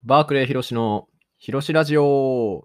バークレーひろしのひろしラジオ。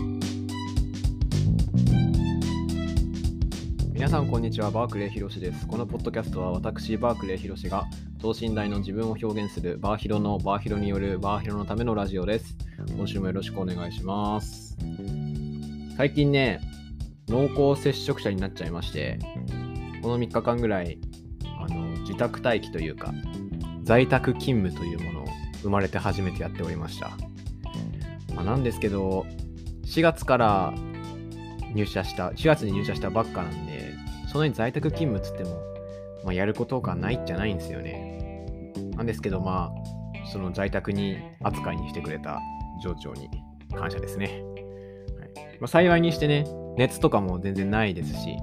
皆さんこんにちは、バークレーひろしです。このポッドキャストは私バークレーひろしが等身大の自分を表現するバーヒロのバーヒロによるバーヒロのためのラジオです。今週もよろしくお願いします。最近ね、濃厚接触者になっちゃいまして、この3日間ぐらい自宅待機というか在宅勤務というものを生まれて初めてやっておりました。なんですけど、4月に入社したばっかなんで、そんなに在宅勤務っつっても、やることがないっちゃないんですよね。なんですけど、その在宅に扱いにしてくれた上長に感謝ですね。はい。幸いにしてね、熱とかも全然ないですし、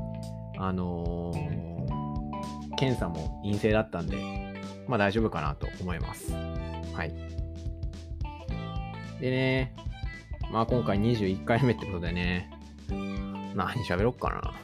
検査も陰性だったんで、大丈夫かなと思います。はい。でね、今回21回目ってことでね、何喋ろっかな。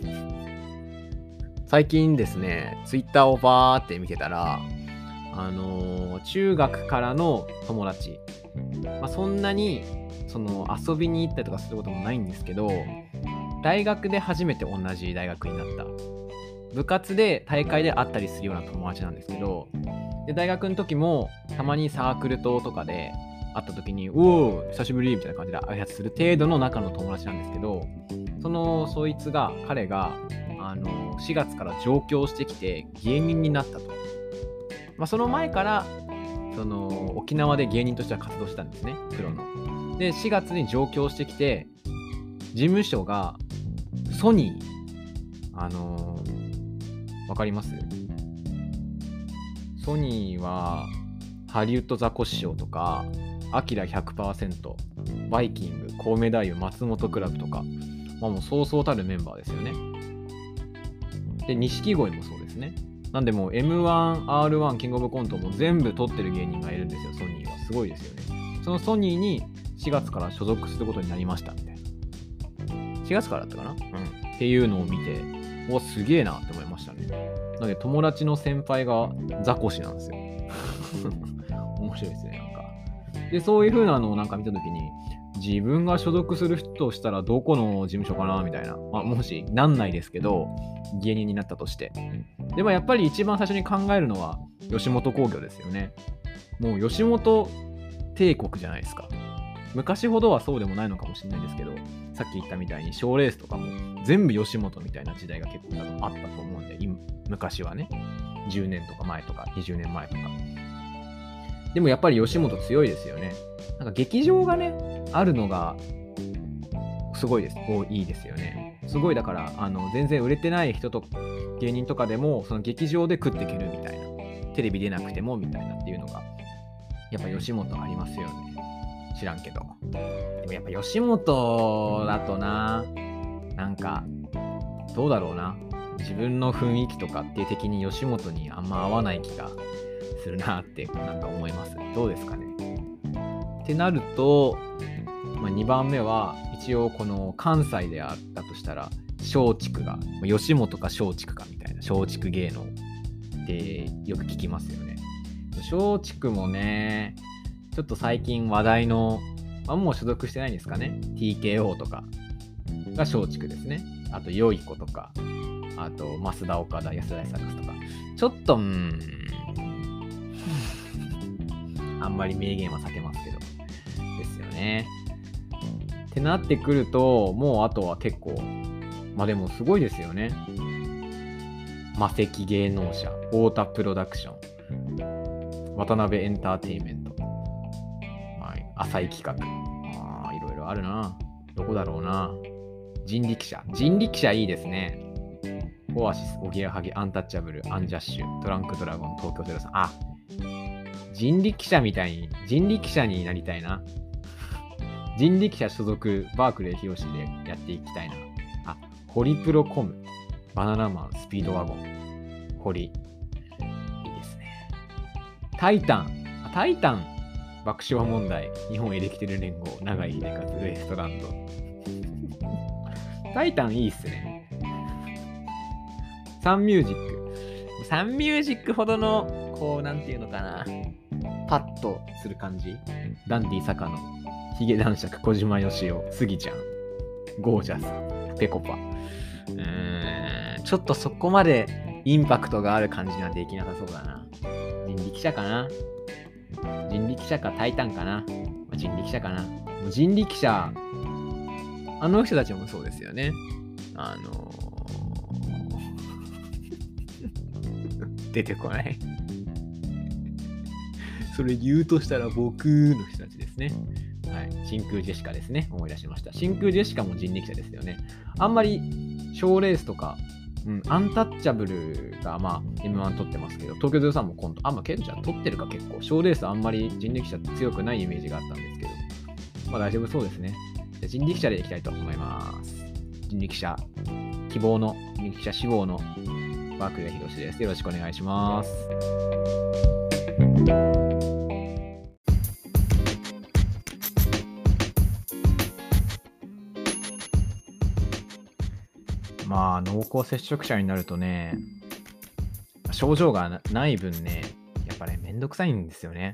最近ですね、ツイッターをバーって見てたら、中学からの友達、そんなに遊びに行ったりとかすることもないんですけど、大学で初めて同じ大学になった。部活で大会で会ったりするような友達なんですけど、で大学の時もたまにサークル棟とかで会った時に「おお久しぶり」みたいな感じで挨拶する程度の中の友達なんですけど、彼が4月から上京してきて芸人になったと。その前から沖縄で芸人としては活動してたんですね、プロの。で4月に上京してきて、事務所がソニー、わかります？ソニーはハリウッドザコシショウとかアキラ 100%、 バイキング、コウメ太夫、松本クラブとか、もうそうそうたるメンバーですよね。で錦鯉もそうですね。なんでもう M1、R1、キングオブコントも全部取ってる芸人がいるんですよ。ソニーはすごいですよね。そのソニーに4月から所属することになりましたみたいな。4月からだったかな、っていうのを見て、すげえなって思いましたね。なので友達の先輩がザコシなんですよ。面白いですね、なんか。でそういう風なのを見た時に、自分が所属する人としたらどこの事務所かなみたいな。もしなんないですけど、芸人になったとして。でもやっぱり一番最初に考えるのは吉本興業ですよね。もう吉本帝国じゃないですか。昔ほどはそうでもないのかもしれないですけど、さっき言ったみたいに賞レースとかも全部吉本みたいな時代が結構多分あったと思うんで、昔はね、10年とか前とか20年前とか。でもやっぱり吉本強いですよね。劇場がねあるのがすごいです。いいですよね。すごい、だから全然売れてない人と芸人とかでもその劇場で食っていけるみたいな、テレビ出なくてもみたいなっていうのがやっぱ吉本ありますよね。知らんけど。でもやっぱ吉本だとどうだろうな。自分の雰囲気とかって的に吉本にあんま合わない気がするなって思います。どうですかね。ってなると、2番目は一応この関西であったとしたら松竹が吉本か松竹かみたいな、松竹芸能ってよく聞きますよね。松竹もねちょっと最近話題の、もう所属してないんですかね、 TKO とかが松竹ですね。あとよい子とか、あと増田岡田、安田サックスとか、ちょっとあんまり名言は避けますけどですよね。ってなってくると、もうあとは結構でもすごいですよね。魔石芸能者、太田プロダクション、渡辺エンターテインメント、浅井企画、いろいろあるな。どこだろうな。人力車いいですね。オアシス、おぎやはぎ、アンタッチャブル、アンジャッシュ、トランクドラゴン、東京03。人力車みたいに人力車になりたいな。人力車所属バークレーひろしでやっていきたいな。ホリプロコム、バナナマン、スピードワゴン、ホリ、いいですね。タイタン、爆笑問題、日本エレキテル連合、長井秀和、ウエストランド。タイタンいいっすね。サンミュージックほどのなんていうのかな、 パッとする感じ。ダンディ坂野、ヒゲ男爵、小島よしお、スギちゃん、ゴージャス、ペコパ。ちょっとそこまでインパクトがある感じにはできなさそうだな。人力車かな。人力車かタイタンかな。人力車かな。人力車、あの人たちもそうですよね。出てこない。それ言うとしたら僕の人たちですね。はい。真空ジェシカですね。思い出しました。真空ジェシカも人力車ですよね。あんまり賞レースとか、アンタッチャブルがM1 取ってますけど、東京03もコント、ケンちゃん取ってるか結構。賞レースあんまり人力車強くないイメージがあったんですけど、大丈夫そうですね。じゃ人力車でいきたいと思います。人力車、希望の、人力車志望のバークレーヒロシです。よろしくお願いします。濃厚接触者になるとね、症状がない分ね、やっぱね、めんどくさいんですよね。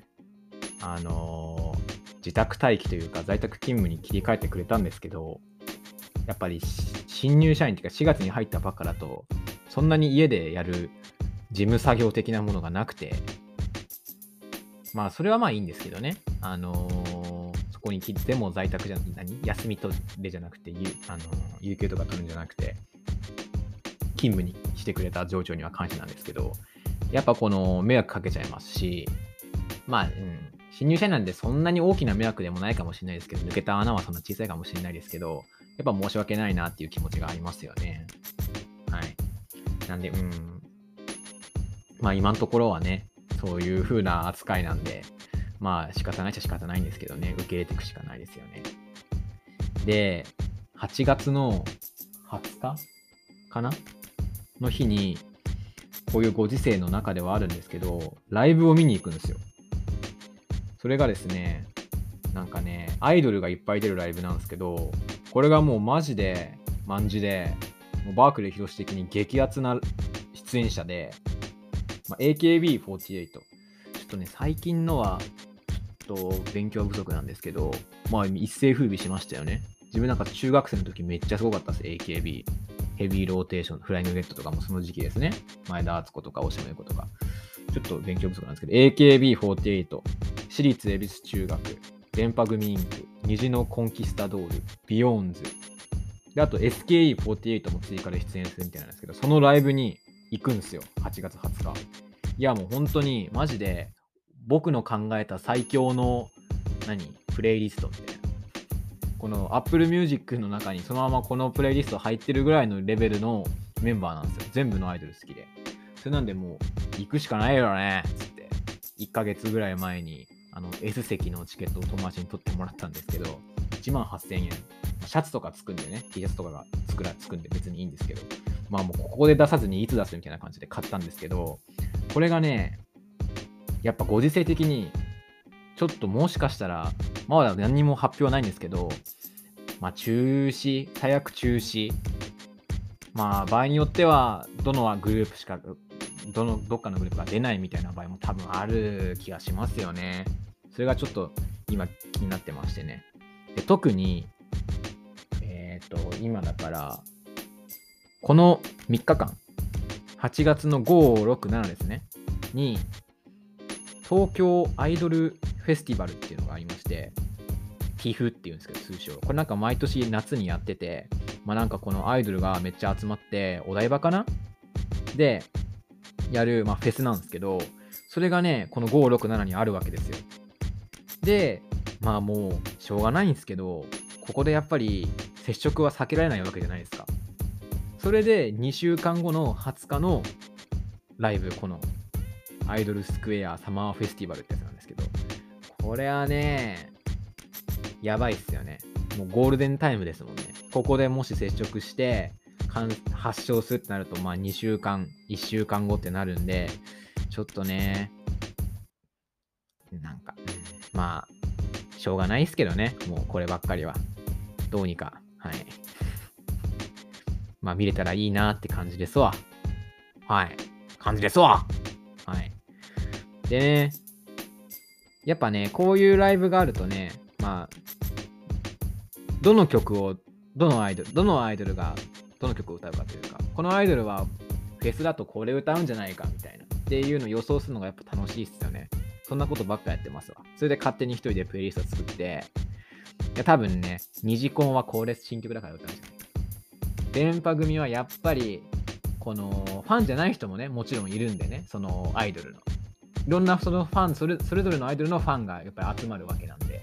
自宅待機というか在宅勤務に切り替えてくれたんですけど、やっぱり新入社員というか4月に入ったばっかだと、そんなに家でやる事務作業的なものがなくて、それはいいんですけどね。そこに切っても在宅じゃ休み取れじゃなくて、有給とか取るんじゃなくて、勤務にしてくれた上長には感謝なんですけど、やっぱこの迷惑かけちゃいますし、新入社員なんでそんなに大きな迷惑でもないかもしれないですけど、抜けた穴はそんな小さいかもしれないですけど、やっぱ申し訳ないなっていう気持ちがありますよね。はい。なんで、今のところはね、そういう風な扱いなんで、仕方ないっちゃ仕方ないんですけどね、受け入れていくしかないですよね。で、8月の20日かなの日に、こういうご時世の中ではあるんですけど、ライブを見に行くんですよ。それがですね、アイドルがいっぱい出るライブなんですけど、これがもうマジで、もうバークレーヒロシ的に激アツな出演者で、AKB48。ちょっとね、最近のは、ちょっと勉強不足なんですけど、一世風靡しましたよね。自分中学生の時めっちゃすごかったです、AKB。ヘビーローテーション、フライングゲットとかもその時期ですね。前田敦子とか大島優子とか。ちょっと勉強不足なんですけど、AKB48、私立恵比寿中学、電波組インク、虹のコンキスタドール、ビヨーンズ。で、あと SKE48 も追加で出演するみたいなんですけど、そのライブに行くんですよ。8月20日。いや、もう本当に、マジで、僕の考えた最強の、プレイリストみたいな。この Apple Music の中にそのままこのプレイリスト入ってるぐらいのレベルのメンバーなんですよ。全部のアイドル好きで。それなんでもう、行くしかないよねつって、1ヶ月ぐらい前に、S 席のチケットを友達に取ってもらったんですけど、18,000円。シャツとかつくんでね、T シャツとかがつくんで別にいいんですけど、もうここで出さずにいつ出すみたいな感じで買ったんですけど、これがね、やっぱご時世的に、ちょっともしかしたら、まだ何にも発表はないんですけど、中止、最悪中止。場合によっては、どっかのグループが出ないみたいな場合も多分ある気がしますよね。それがちょっと今気になってましてね。で、特に、今だから、この3日間、8月の5、6、7ですね、に、東京アイドルフェスティバルっていうのがありまして、TIFF っていうんですけど、通称。これ毎年夏にやってて、このアイドルがめっちゃ集まって、お台場かなで、やる、フェスなんですけど、それがね、この5、6、7にあるわけですよ。で、もう、しょうがないんですけど、ここでやっぱり、接触は避けられないわけじゃないですか。それで、2週間後の20日のライブ、この、アイドルスクエアサマーフェスティバルってやつなんですけど、これはね、やばいっすよね。もうゴールデンタイムですもんね。ここでもし接触して発症するってなると、2週間、1週間後ってなるんで、ちょっとね、しょうがないっすけどね。もうこればっかりは。どうにか、はい。見れたらいいなって感じですわ。はい。感じですわ。はい。でね、 やっぱね、こういうライブがあるとね、まあ、どのアイドルがどの曲を歌うかというか、このアイドルはフェスだとこれ歌うんじゃないかみたいなっていうのを予想するのがやっぱ楽しいっすよね。そんなことばっかやってますわ。それで勝手に一人でプレイリスト作って、いや多分ね、ニジコンはこれ新曲だから歌うんじゃないか。電波組はやっぱりこのファンじゃない人もね、もちろんいるんでね、そのアイドルのいろんなそのファンそれぞれのアイドルのファンがやっぱり集まるわけなんで、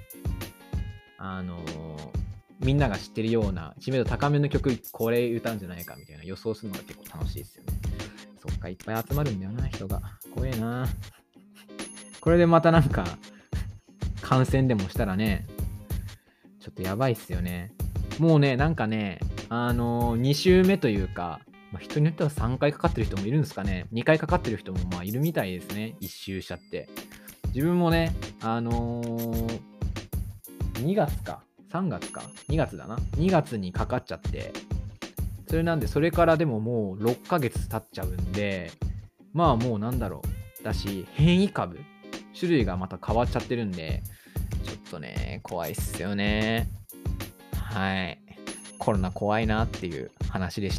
みんなが知ってるような知名度高めの曲これ歌うんじゃないかみたいな予想するのが結構楽しいですよね。そっか、いっぱい集まるんだよな、人が。怖えな。これでまたなんか感染でもしたらね、ちょっとやばいっすよね。もうね、なんかね、2週目というか、人によっては3回かかってる人もいるんですかね。2回かかってる人もいるみたいですね。1周しちゃって。自分もね、2月か、3月か、2月だな。2月にかかっちゃって、それなんで、それからでももう6ヶ月経っちゃうんで、まあもうなんだろう。だし、変異株、種類がまた変わっちゃってるんで、ちょっとね、怖いっすよね。はい。コロナ怖いなっていう話でした。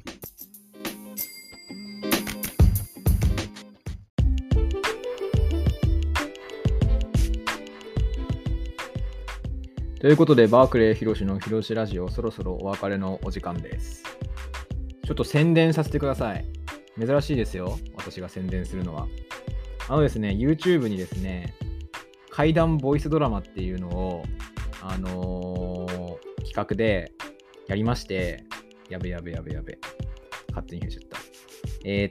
ということで、バークレーひろしのひろしラジオ、そろそろお別れのお時間です。ちょっと宣伝させてください。珍しいですよ、私が宣伝するのは。ですね、YouTube にですね、怪談ボイスドラマっていうのを、企画でやりまして、やべ。勝手に増えちゃった。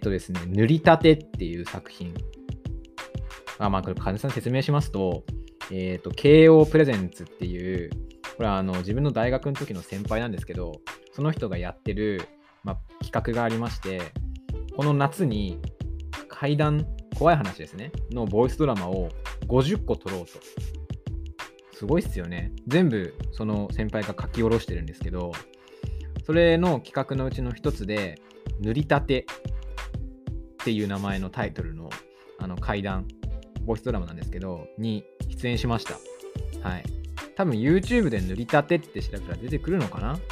ですね、塗りたてっていう作品。これ、金さん説明しますと、慶応プレゼンツっていう、これは自分の大学の時の先輩なんですけど、その人がやってる、企画がありまして、この夏に怪談、怖い話ですね、のボイスドラマを50個撮ろうと。すごいっすよね。全部その先輩が書き下ろしてるんですけど、それの企画のうちの一つで、塗りたてっていう名前のタイトルの怪談、ボイスドラマなんですけど、に出演しました。はい。多分 YouTube で塗りたてって調べたら出てくるのかな？はい。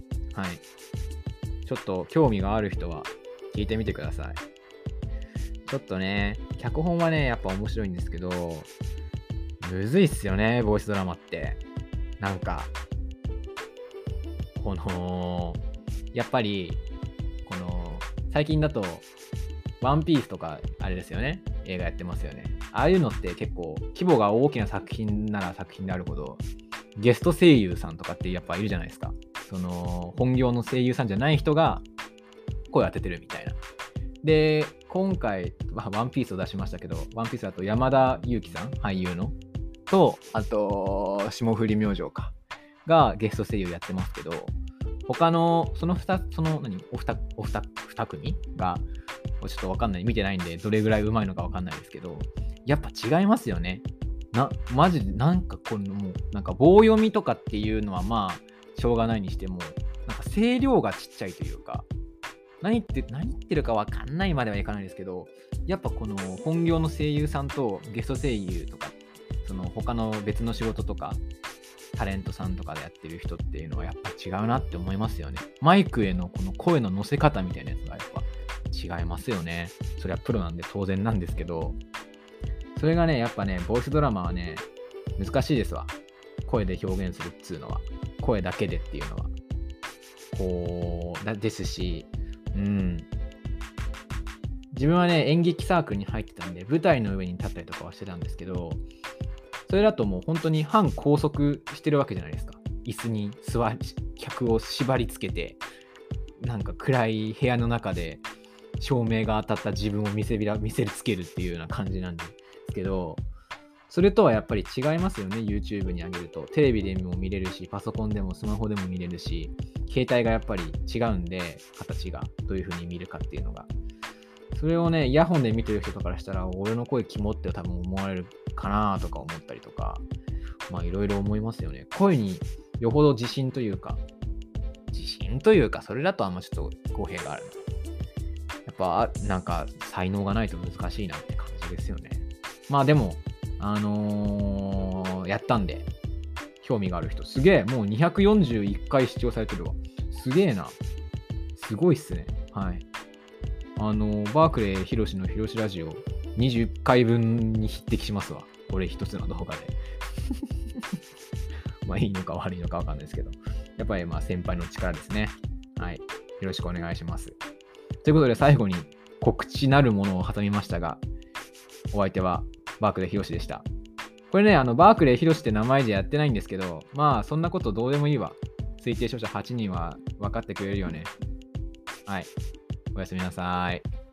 ちょっと興味がある人は聞いてみてください。ちょっとね、脚本はね、やっぱ面白いんですけど、むずいっすよね、ボイスドラマって。なんか、やっぱり、最近だと、ワンピースとか、あれですよね、映画やってますよね。ああいうのって結構、規模が大きな作品なら作品であるほど、ゲスト声優さんとかってやっぱいるじゃないですか。本業の声優さんじゃない人が声当ててるみたいな。で、今回、ワンピースを出しましたけど、ワンピースだと山田裕貴さん、俳優の、と、あと、霜降り明星か、がゲスト声優やってますけど、他の、お二組が、ちょっとわかんない、見てないんで、どれぐらい上手いのかわかんないですけど、やっぱ違いますよね。マジで、なんかもう、なんか棒読みとかっていうのはしょうがないにしても、なんか声量がちっちゃいというか、何言ってるかわかんないまではいかないですけど、やっぱこの本業の声優さんとゲスト声優とか、他の別の仕事とか、タレントさんとかでやってる人っていうのはやっぱ違うなって思いますよね。マイクへのこの声の乗せ方みたいなやつがやっぱ違いますよね。それはプロなんで当然なんですけど、それがね、やっぱね、ボイスドラマはね、難しいですわ。声で表現するっつうのは。声だけでっていうのは。ですし、自分はね、演劇サークルに入ってたんで、舞台の上に立ったりとかはしてたんですけど、それだともう本当に半拘束してるわけじゃないですか。椅子に客を縛り付けて、なんか暗い部屋の中で照明が当たった自分を見せつけるっていうような感じなんですけど、それとはやっぱり違いますよね。 YouTube に上げるとテレビでも見れるし、パソコンでもスマホでも見れるし、携帯がやっぱり違うんで、形がどういう風に見るかっていうのが、それをね、イヤホンで見てる人とかからしたら、俺の声キモって多分思われるかなとか思ったりとか、いろいろ思いますよね。声によほど自信というか、それだとちょっと語弊がある。やっぱなんか才能がないと難しいなって感じですよね。でもやったんで、興味がある人。すげえ、もう241回視聴されてるわ。すげえな。すごいっすね。はい。バークレーひろしのひろしラジオ20回分に匹敵しますわ。これ一つの動画で。まあいいのか悪いのかわかんないですけど。やっぱりまあ先輩の力ですね。はい。よろしくお願いします。ということで最後に告知なるものを挟みましたが、お相手はバークレーひろしでした。これね、バークレーひろしって名前じゃやってないんですけど、まあそんなことどうでもいいわ。推定聴者8人は分かってくれるよね。はい。おやすみなさい。